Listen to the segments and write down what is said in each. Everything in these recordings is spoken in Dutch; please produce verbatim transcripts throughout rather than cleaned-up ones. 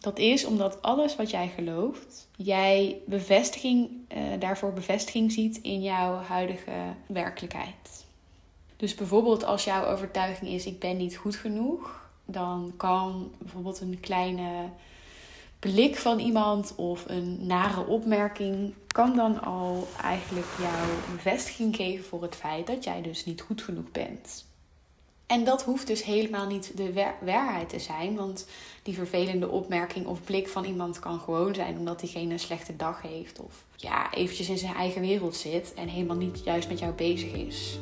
Dat is omdat alles wat jij gelooft, jij bevestiging, uh, daarvoor bevestiging ziet in jouw huidige werkelijkheid. Dus bijvoorbeeld als jouw overtuiging is, ik ben niet goed genoeg, dan kan bijvoorbeeld een kleine blik van iemand of een nare opmerking kan dan al eigenlijk jouw bevestiging geven voor het feit dat jij dus niet goed genoeg bent. En dat hoeft dus helemaal niet de wer- waarheid te zijn, want die vervelende opmerking of blik van iemand kan gewoon zijn omdat diegene een slechte dag heeft of ja, eventjes in zijn eigen wereld zit en helemaal niet juist met jou bezig is.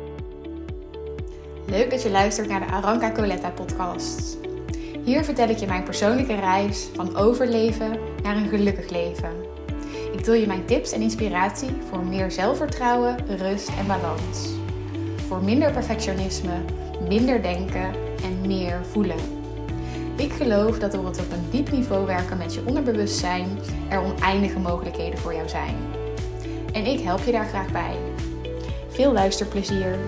Leuk dat je luistert naar de Aranka Coletta podcast. Hier vertel ik je mijn persoonlijke reis van overleven naar een gelukkig leven. Ik deel je mijn tips en inspiratie voor meer zelfvertrouwen, rust en balans. Voor minder perfectionisme, minder denken en meer voelen. Ik geloof dat door het op een diep niveau werken met je onderbewustzijn er oneindige mogelijkheden voor jou zijn. En ik help je daar graag bij. Veel luisterplezier!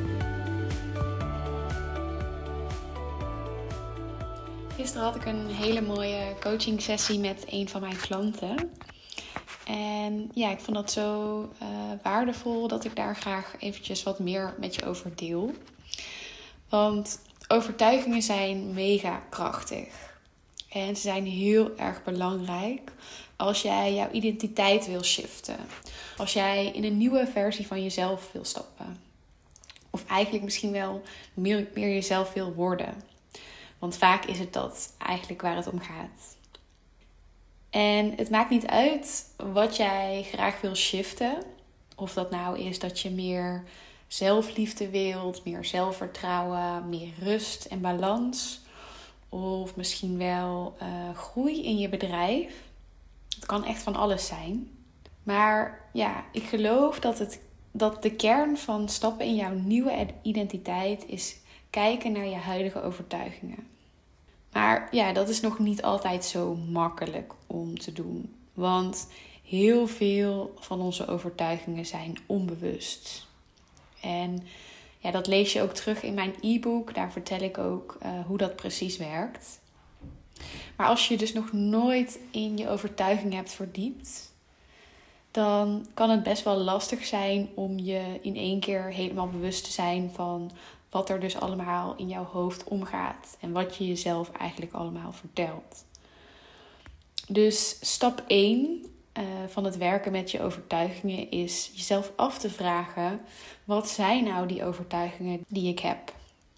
Gisteren had ik een hele mooie coaching sessie met een van mijn klanten. En ja, ik vond dat zo uh, waardevol dat ik daar graag eventjes wat meer met je over deel. Want overtuigingen zijn mega krachtig. En ze zijn heel erg belangrijk als jij jouw identiteit wil shiften. Als jij in een nieuwe versie van jezelf wil stappen. Of eigenlijk misschien wel meer, meer jezelf wil worden. Want vaak is het dat eigenlijk waar het om gaat. En het maakt niet uit wat jij graag wil shiften. Of dat nou is dat je meer zelfliefde wilt, meer zelfvertrouwen, meer rust en balans. Of misschien wel uh, groei in je bedrijf. Het kan echt van alles zijn. Maar ja, ik geloof dat, het, dat de kern van stappen in jouw nieuwe identiteit is kijken naar je huidige overtuigingen. Maar ja, dat is nog niet altijd zo makkelijk om te doen. Want heel veel van onze overtuigingen zijn onbewust. En ja, dat lees je ook terug in mijn e-book. Daar vertel ik ook uh, hoe dat precies werkt. Maar als je dus nog nooit in je overtuiging hebt verdiept, dan kan het best wel lastig zijn om je in één keer helemaal bewust te zijn van wat er dus allemaal in jouw hoofd omgaat. En wat je jezelf eigenlijk allemaal vertelt. Dus stap één uh, van het werken met je overtuigingen is jezelf af te vragen: wat zijn nou die overtuigingen die ik heb?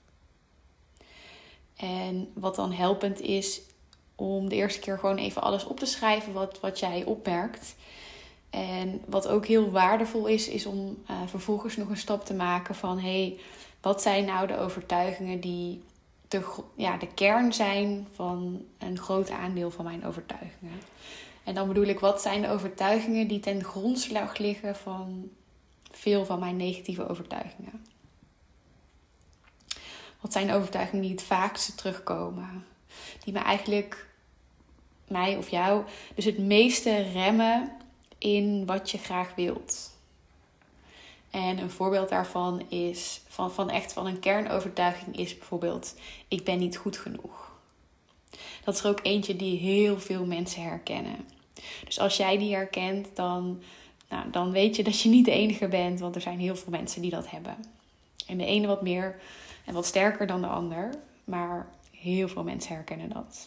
En wat dan helpend is om de eerste keer gewoon even alles op te schrijven wat, wat jij opmerkt. En wat ook heel waardevol is, is om uh, vervolgens nog een stap te maken van: hey, wat zijn nou de overtuigingen die de, ja, de kern zijn van een groot aandeel van mijn overtuigingen? En dan bedoel ik, wat zijn de overtuigingen die ten grondslag liggen van veel van mijn negatieve overtuigingen? Wat zijn de overtuigingen die het vaakste terugkomen? Die me eigenlijk, mij of jou, dus het meeste remmen in wat je graag wilt. En een voorbeeld daarvan is, van, van echt van een kernovertuiging is bijvoorbeeld: ik ben niet goed genoeg. Dat is er ook eentje die heel veel mensen herkennen. Dus als jij die herkent, dan, nou, dan weet je dat je niet de enige bent, want er zijn heel veel mensen die dat hebben. En de ene wat meer en wat sterker dan de ander, maar heel veel mensen herkennen dat.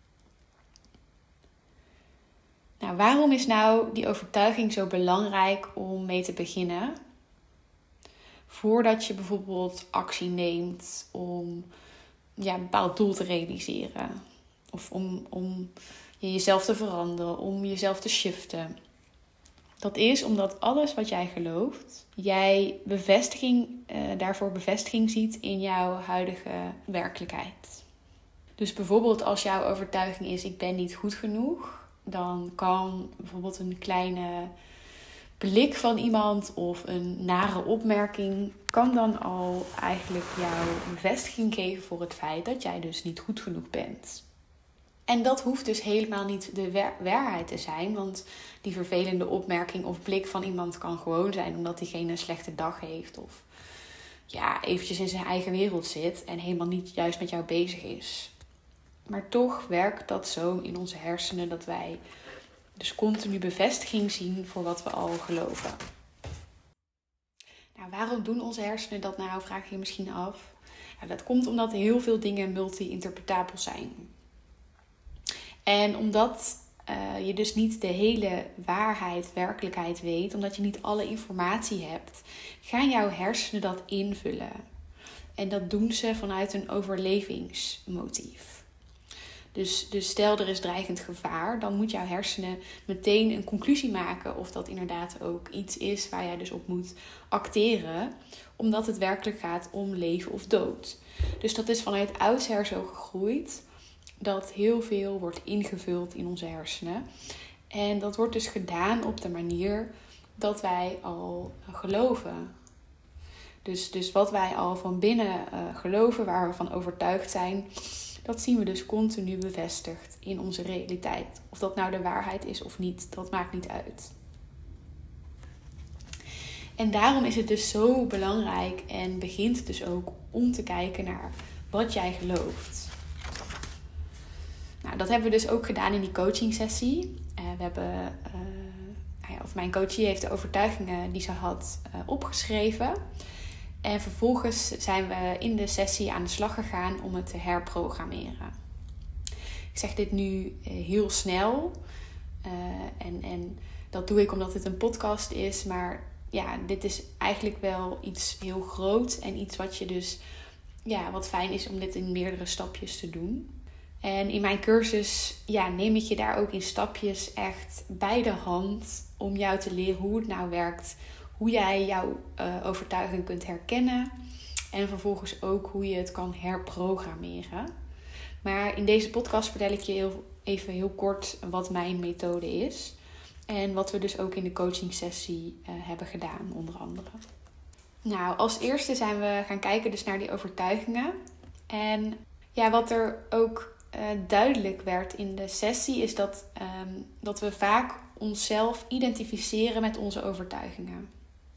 Nou, waarom is nou die overtuiging zo belangrijk om mee te beginnen? Voordat je bijvoorbeeld actie neemt om ja, een bepaald doel te realiseren. Of om, om jezelf te veranderen, om jezelf te shiften. Dat is omdat alles wat jij gelooft, jij bevestiging, uh, daarvoor bevestiging ziet in jouw huidige werkelijkheid. Dus bijvoorbeeld als jouw overtuiging is: ik ben niet goed genoeg, dan kan bijvoorbeeld een kleine blik van iemand of een nare opmerking kan dan al eigenlijk jouw bevestiging geven voor het feit dat jij dus niet goed genoeg bent. En dat hoeft dus helemaal niet de wa- waarheid te zijn, want die vervelende opmerking of blik van iemand kan gewoon zijn omdat diegene een slechte dag heeft of ja, eventjes in zijn eigen wereld zit en helemaal niet juist met jou bezig is. Maar toch werkt dat zo in onze hersenen dat wij dus continu bevestiging zien voor wat we al geloven. Nou, waarom doen onze hersenen dat nou, vraag je je misschien af. Nou, dat komt omdat heel veel dingen multi-interpretabel zijn. En omdat uh, je dus niet de hele waarheid, werkelijkheid weet, omdat je niet alle informatie hebt, gaan jouw hersenen dat invullen. En dat doen ze vanuit een overlevingsmotief. Dus, dus stel er is dreigend gevaar, dan moet jouw hersenen meteen een conclusie maken of dat inderdaad ook iets is waar jij dus op moet acteren, omdat het werkelijk gaat om leven of dood. Dus dat is vanuit oudsher zo gegroeid dat heel veel wordt ingevuld in onze hersenen. En dat wordt dus gedaan op de manier dat wij al geloven. Dus, dus wat wij al van binnen uh, geloven, waar we van overtuigd zijn, dat zien we dus continu bevestigd in onze realiteit. Of dat nou de waarheid is of niet, dat maakt niet uit. En daarom is het dus zo belangrijk en begint het dus ook om te kijken naar wat jij gelooft. Nou, dat hebben we dus ook gedaan in die coaching sessie. Uh, we hebben, uh, of mijn coachie heeft de overtuigingen die ze had uh, opgeschreven. En vervolgens zijn we in de sessie aan de slag gegaan om het te herprogrammeren. Ik zeg dit nu heel snel. Uh, en, en dat doe ik omdat het een podcast is. Maar ja, dit is eigenlijk wel iets heel groots. En iets wat je dus, ja, wat fijn is om dit in meerdere stapjes te doen. En in mijn cursus ja, neem ik je daar ook in stapjes echt bij de hand om jou te leren hoe het nou werkt. Hoe jij jouw uh, overtuiging kunt herkennen. En vervolgens ook hoe je het kan herprogrammeren. Maar in deze podcast vertel ik je heel, even heel kort wat mijn methode is. En wat we dus ook in de coaching sessie uh, hebben gedaan, onder andere. Nou, als eerste zijn we gaan kijken dus naar die overtuigingen. En ja, wat er ook uh, duidelijk werd in de sessie is dat, um, dat we vaak onszelf identificeren met onze overtuigingen.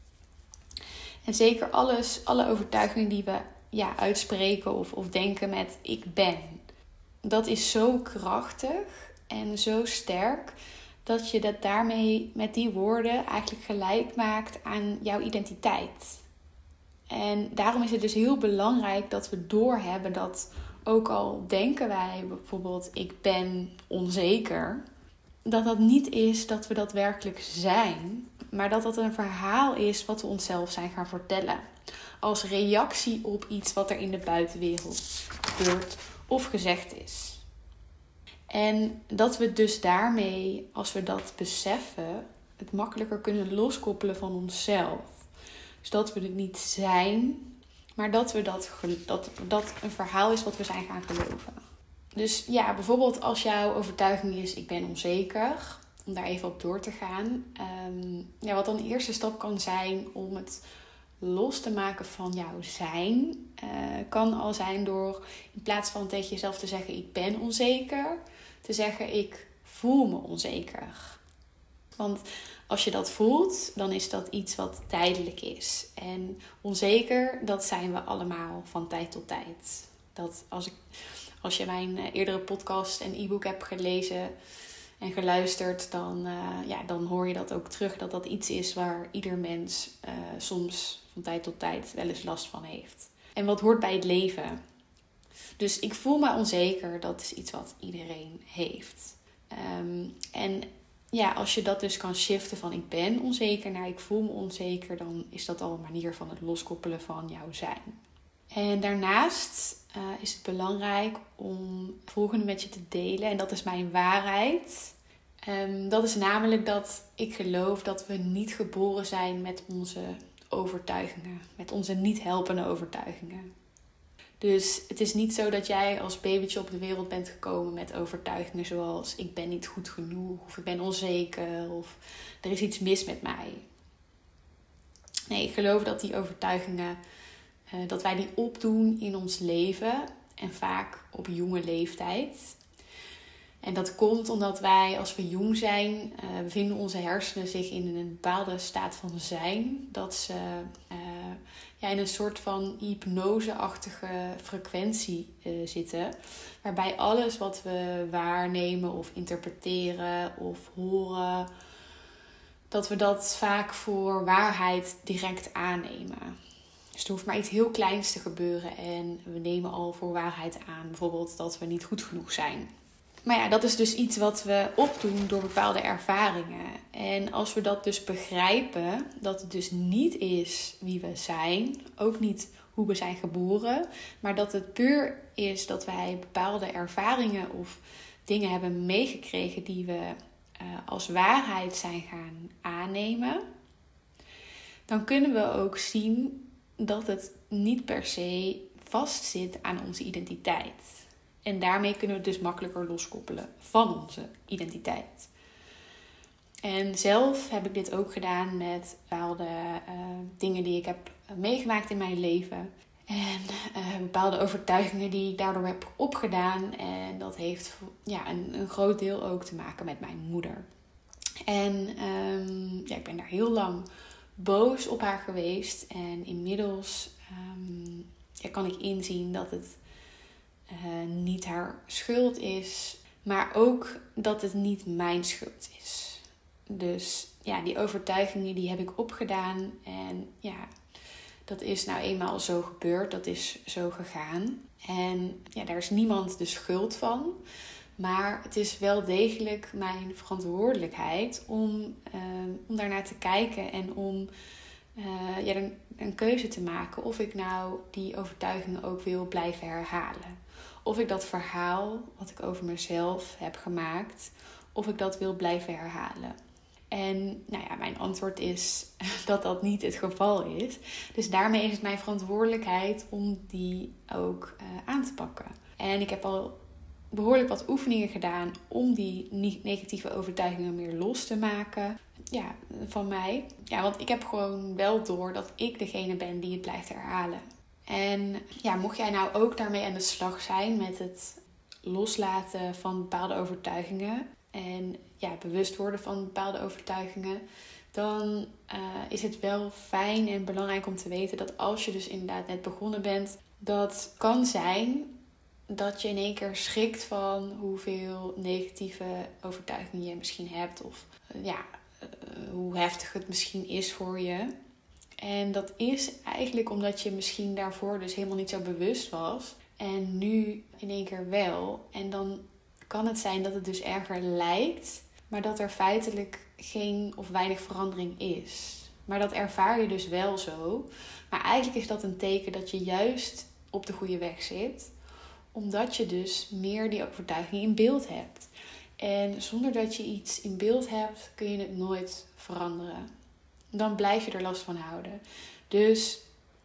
En zeker alles, alle overtuigingen die we ja, uitspreken of, of denken met ik ben. Dat is zo krachtig en zo sterk dat je dat daarmee met die woorden eigenlijk gelijk maakt aan jouw identiteit. En daarom is het dus heel belangrijk dat we doorhebben dat ook al denken wij bijvoorbeeld ik ben onzeker, dat dat niet is dat we dat werkelijk zijn, maar dat dat een verhaal is wat we onszelf zijn gaan vertellen. Als reactie op iets wat er in de buitenwereld gebeurt of gezegd is. En dat we dus daarmee, als we dat beseffen, het makkelijker kunnen loskoppelen van onszelf. Dus dat we het niet zijn, maar dat we dat, dat, dat een verhaal is wat we zijn gaan geloven. Dus ja, bijvoorbeeld als jouw overtuiging is ik ben onzeker, om daar even op door te gaan. Um, ja, wat dan de eerste stap kan zijn om het los te maken van jouw zijn. Uh, kan al zijn door in plaats van tegen jezelf te zeggen ik ben onzeker, te zeggen ik voel me onzeker. Want als je dat voelt, dan is dat iets wat tijdelijk is. En onzeker, dat zijn we allemaal van tijd tot tijd. Dat als, ik, als je mijn eerdere podcast en e-book hebt gelezen en geluisterd, dan, uh, ja, dan hoor je dat ook terug. Dat dat iets is waar ieder mens uh, soms van tijd tot tijd wel eens last van heeft. En wat hoort bij het leven. Dus ik voel me onzeker, dat is iets wat iedereen heeft. Um, en ja, als je dat dus kan shiften van ik ben onzeker naar ik voel me onzeker, dan is dat al een manier van het loskoppelen van jouw zijn. En daarnaast uh, is het belangrijk om het volgende met je te delen. En dat is mijn waarheid. Um, dat is namelijk dat ik geloof dat we niet geboren zijn met onze overtuigingen. Met onze niet helpende overtuigingen. Dus het is niet zo dat jij als babytje op de wereld bent gekomen met overtuigingen zoals ik ben niet goed genoeg of ik ben onzeker of er is iets mis met mij. Nee, ik geloof dat die overtuigingen, uh, dat wij die opdoen in ons leven en vaak op jonge leeftijd. En dat komt omdat wij als we jong zijn, uh, bevinden onze hersenen zich in een bepaalde staat van zijn. Dat ze uh, ja, in een soort van hypnoseachtige frequentie uh, zitten. Waarbij alles wat we waarnemen of interpreteren of horen, dat we dat vaak voor waarheid direct aannemen. Dus er hoeft maar iets heel kleins te gebeuren en we nemen al voor waarheid aan. Bijvoorbeeld dat we niet goed genoeg zijn. Maar ja, dat is dus iets wat we opdoen door bepaalde ervaringen. En als we dat dus begrijpen, dat het dus niet is wie we zijn, ook niet hoe we zijn geboren, maar dat het puur is dat wij bepaalde ervaringen of dingen hebben meegekregen die we uh, als waarheid zijn gaan aannemen, dan kunnen we ook zien dat het niet per se vastzit aan onze identiteit. En daarmee kunnen we dus makkelijker loskoppelen van onze identiteit. En zelf heb ik dit ook gedaan met bepaalde uh, dingen die ik heb meegemaakt in mijn leven. En uh, bepaalde overtuigingen die ik daardoor heb opgedaan. En dat heeft ja, een, een groot deel ook te maken met mijn moeder. En um, ja, ik ben daar heel lang boos op haar geweest. En inmiddels um, ja, kan ik inzien dat het Uh, niet haar schuld is, maar ook dat het niet mijn schuld is. Dus ja, die overtuigingen die heb ik opgedaan en ja, dat is nou eenmaal zo gebeurd, dat is zo gegaan. En ja, daar is niemand de schuld van, maar het is wel degelijk mijn verantwoordelijkheid om, uh, om daarnaar te kijken en om uh, ja, een, een keuze te maken of ik nou die overtuigingen ook wil blijven herhalen. Of ik dat verhaal wat ik over mezelf heb gemaakt, of ik dat wil blijven herhalen. En nou ja, mijn antwoord is dat dat niet het geval is. Dus daarmee is het mijn verantwoordelijkheid om die ook uh, aan te pakken. En ik heb al behoorlijk wat oefeningen gedaan om die negatieve overtuigingen meer los te maken. Ja, van mij. Ja, want ik heb gewoon wel door dat ik degene ben die het blijft herhalen. En ja, mocht jij nou ook daarmee aan de slag zijn met het loslaten van bepaalde overtuigingen en ja, bewust worden van bepaalde overtuigingen, dan uh, is het wel fijn en belangrijk om te weten dat als je dus inderdaad net begonnen bent, dat kan zijn dat je in één keer schrikt van hoeveel negatieve overtuigingen je misschien hebt of uh, ja, uh, hoe heftig het misschien is voor je. En dat is eigenlijk omdat je misschien daarvoor dus helemaal niet zo bewust was. En nu in één keer wel. En dan kan het zijn dat het dus erger lijkt. Maar dat er feitelijk geen of weinig verandering is. Maar dat ervaar je dus wel zo. Maar eigenlijk is dat een teken dat je juist op de goede weg zit. Omdat je dus meer die overtuiging in beeld hebt. En zonder dat je iets in beeld hebt kun je het nooit veranderen. Dan blijf je er last van houden. Dus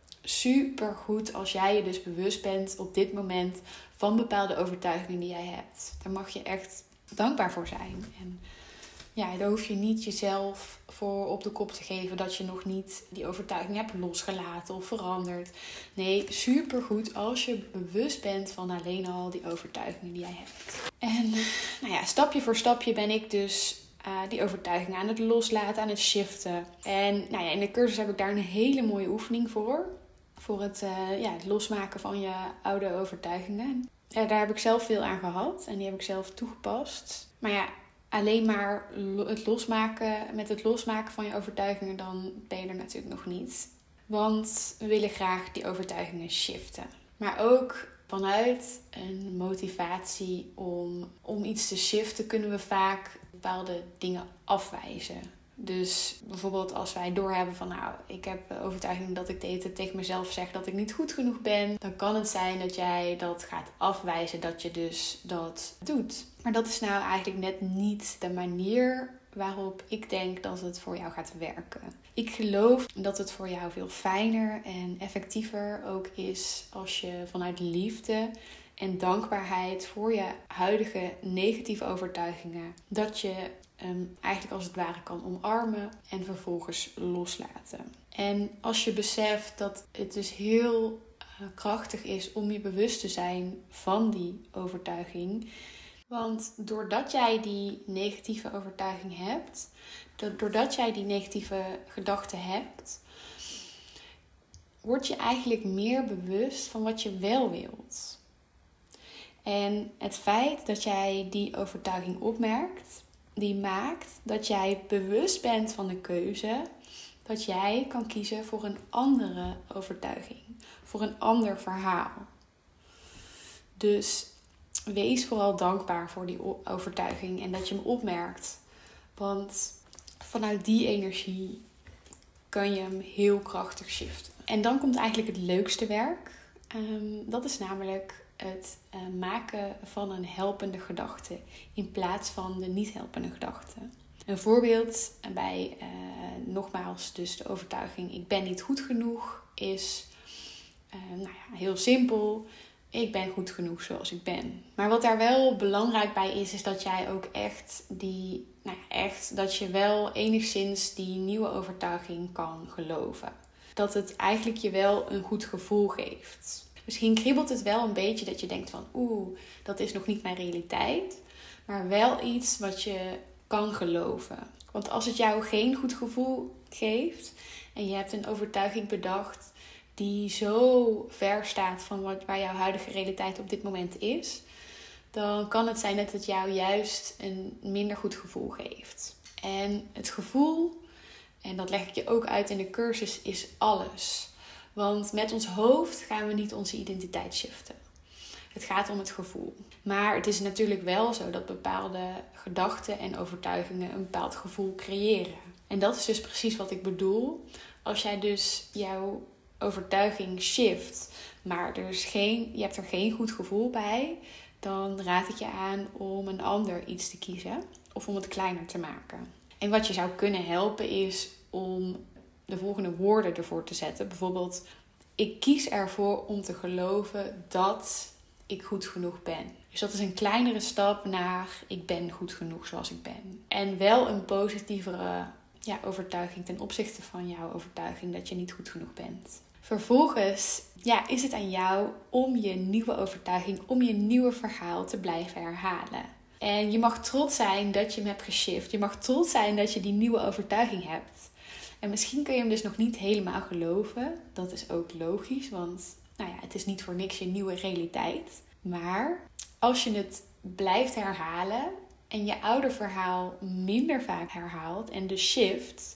super goed als jij je dus bewust bent op dit moment van bepaalde overtuigingen die jij hebt. Daar mag je echt dankbaar voor zijn. En ja, daar hoef je niet jezelf voor op de kop te geven dat je nog niet die overtuiging hebt losgelaten of veranderd. Nee, super goed als je bewust bent van alleen al die overtuigingen die jij hebt. En nou ja, stapje voor stapje ben ik dus Uh, die overtuiging aan het loslaten, aan het shiften. En nou ja, in de cursus heb ik daar een hele mooie oefening voor. Voor het, uh, ja, het losmaken van je oude overtuigingen. Uh, daar heb ik zelf veel aan gehad. En die heb ik zelf toegepast. Maar ja, alleen maar het losmaken, met het losmaken van je overtuigingen, dan ben je er natuurlijk nog niet. Want we willen graag die overtuigingen shiften. Maar ook vanuit een motivatie om, om iets te shiften kunnen we vaak bepaalde dingen afwijzen. Dus bijvoorbeeld als wij doorhebben van nou, ik heb de overtuiging dat ik de tegen mezelf zeg dat ik niet goed genoeg ben. Dan kan het zijn dat jij dat gaat afwijzen, dat je dus dat doet. Maar dat is nou eigenlijk net niet de manier waarop ik denk dat het voor jou gaat werken. Ik geloof dat het voor jou veel fijner en effectiever ook is als je vanuit liefde en dankbaarheid voor je huidige negatieve overtuigingen, dat je um, eigenlijk als het ware kan omarmen en vervolgens loslaten. En als je beseft dat het dus heel uh, krachtig is om je bewust te zijn van die overtuiging. Want doordat jij die negatieve overtuiging hebt, doordat jij die negatieve gedachten hebt, word je eigenlijk meer bewust van wat je wel wilt. En het feit dat jij die overtuiging opmerkt, die maakt dat jij bewust bent van de keuze dat jij kan kiezen voor een andere overtuiging, voor een ander verhaal. Dus wees vooral dankbaar voor die overtuiging en dat je hem opmerkt. Want vanuit die energie kan je hem heel krachtig shiften. En dan komt eigenlijk het leukste werk. Um, dat is namelijk het uh, maken van een helpende gedachte in plaats van de niet helpende gedachte. Een voorbeeld bij, uh, nogmaals, dus de overtuiging ik ben niet goed genoeg is uh, nou ja, heel simpel. Ik ben goed genoeg zoals ik ben. Maar wat daar wel belangrijk bij is, is dat jij ook echt die, nou ja, echt, dat je wel enigszins die nieuwe overtuiging kan geloven. Dat het eigenlijk je wel een goed gevoel geeft. Misschien kriebelt het wel een beetje dat je denkt van oeh, dat is nog niet mijn realiteit. Maar wel iets wat je kan geloven. Want als het jou geen goed gevoel geeft en je hebt een overtuiging bedacht die zo ver staat van wat, waar jouw huidige realiteit op dit moment is, dan kan het zijn dat het jou juist een minder goed gevoel geeft. En het gevoel, en dat leg ik je ook uit in de cursus, is alles. Want met ons hoofd gaan we niet onze identiteit shiften. Het gaat om het gevoel. Maar het is natuurlijk wel zo dat bepaalde gedachten en overtuigingen een bepaald gevoel creëren. En dat is dus precies wat ik bedoel. Als jij dus jouw overtuiging shift, maar er is geen, je hebt er geen goed gevoel bij, dan raad ik je aan om een ander iets te kiezen of om het kleiner te maken. En wat je zou kunnen helpen is om de volgende woorden ervoor te zetten. Bijvoorbeeld, ik kies ervoor om te geloven dat ik goed genoeg ben. Dus dat is een kleinere stap naar ik ben goed genoeg zoals ik ben. En wel een positievere ja, overtuiging ten opzichte van jouw overtuiging dat je niet goed genoeg bent. Vervolgens ja, is het aan jou om je nieuwe overtuiging, om je nieuwe verhaal te blijven herhalen. En je mag trots zijn dat je hem hebt geshift. Je mag trots zijn dat je die nieuwe overtuiging hebt. En misschien kun je hem dus nog niet helemaal geloven. Dat is ook logisch, want nou ja, het is niet voor niks je nieuwe realiteit. Maar als je het blijft herhalen en je oude verhaal minder vaak herhaalt en dus shift,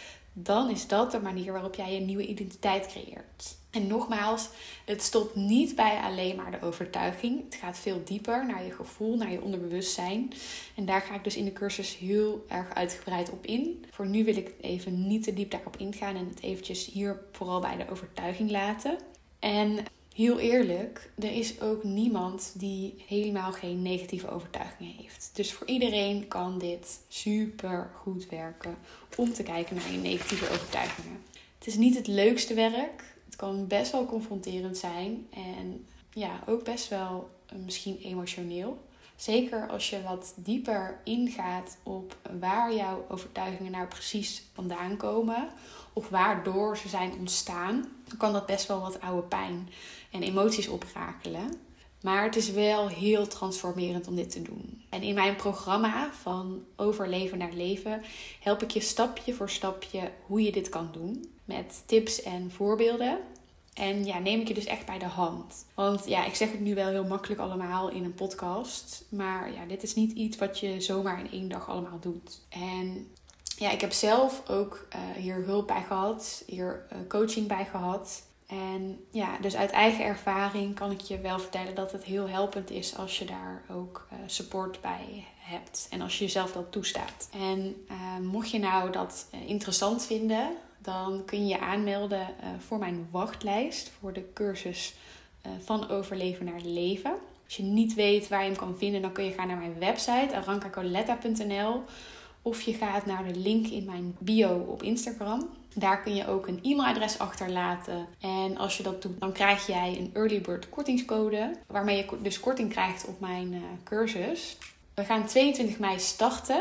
dan is dat de manier waarop jij een nieuwe identiteit creëert. En nogmaals, het stopt niet bij alleen maar de overtuiging. Het gaat veel dieper naar je gevoel, naar je onderbewustzijn. En daar ga ik dus in de cursus heel erg uitgebreid op in. Voor nu wil ik even niet te diep daarop ingaan en het eventjes hier vooral bij de overtuiging laten. En heel eerlijk, er is ook niemand die helemaal geen negatieve overtuigingen heeft. Dus voor iedereen kan dit super goed werken om te kijken naar je negatieve overtuigingen. Het is niet het leukste werk. Het kan best wel confronterend zijn en ja, ook best wel uh, misschien emotioneel. Zeker als je wat dieper ingaat op waar jouw overtuigingen nou precies vandaan komen of waardoor ze zijn ontstaan, dan kan dat best wel wat oude pijn en emoties oprakelen. Maar het is wel heel transformerend om dit te doen. En in mijn programma van Overleven naar Leven help ik je stapje voor stapje hoe je dit kan doen. Met tips en voorbeelden. En ja, neem ik je dus echt bij de hand. Want ja, ik zeg het nu wel heel makkelijk allemaal in een podcast. Maar ja, dit is niet iets wat je zomaar in één dag allemaal doet. En ja, ik heb zelf ook uh, hier hulp bij gehad. Hier uh, coaching bij gehad. En ja, dus uit eigen ervaring kan ik je wel vertellen dat het heel helpend is als je daar ook uh, support bij hebt. En als je jezelf dat toestaat. En uh, mocht je nou dat uh, interessant vinden, dan kun je je aanmelden uh, voor mijn wachtlijst. Voor de cursus uh, van Overleven naar Leven. Als je niet weet waar je hem kan vinden, dan kun je gaan naar mijn website aranka coletta punt n l. Of je gaat naar de link in mijn bio op Instagram. Daar kun je ook een e-mailadres achterlaten. En als je dat doet, dan krijg jij een early bird kortingscode. Waarmee je dus korting krijgt op mijn uh, cursus. We gaan tweeëntwintig mei starten.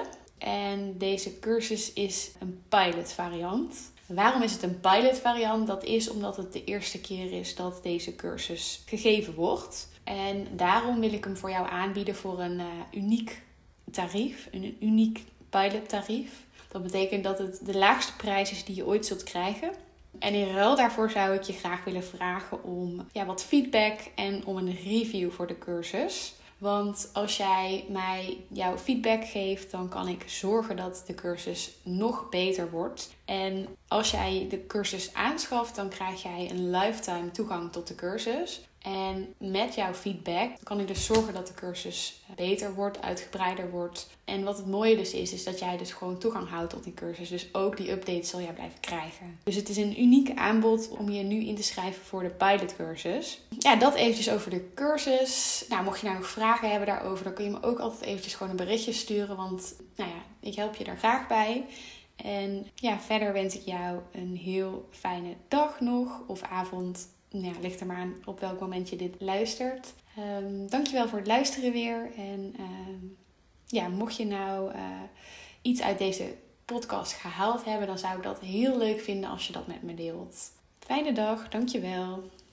En deze cursus is een pilot variant. Waarom is het een pilot variant? Dat is omdat het de eerste keer is dat deze cursus gegeven wordt. En daarom wil ik hem voor jou aanbieden voor een uh, uniek tarief. Een uniek pilottarief. Dat betekent dat het de laagste prijs is die je ooit zult krijgen. En in ruil daarvoor zou ik je graag willen vragen om ja, wat feedback en om een review voor de cursus. Want als jij mij jouw feedback geeft, dan kan ik zorgen dat de cursus nog beter wordt. En als jij de cursus aanschaft, dan krijg jij een lifetime toegang tot de cursus. En met jouw feedback kan ik dus zorgen dat de cursus beter wordt, uitgebreider wordt. En wat het mooie dus is, is dat jij dus gewoon toegang houdt tot die cursus. Dus ook die updates zal jij blijven krijgen. Dus het is een uniek aanbod om je nu in te schrijven voor de pilotcursus. Ja, dat eventjes over de cursus. Nou, mocht je nou nog vragen hebben daarover, dan kun je me ook altijd eventjes gewoon een berichtje sturen. Want nou ja, ik help je daar graag bij. En ja, verder wens ik jou een heel fijne dag nog of avond. Ja, ligt er maar aan op welk moment je dit luistert. Um, dankjewel voor het luisteren weer. En um, ja, mocht je nou uh, iets uit deze podcast gehaald hebben, dan zou ik dat heel leuk vinden als je dat met me deelt. Fijne dag, dankjewel.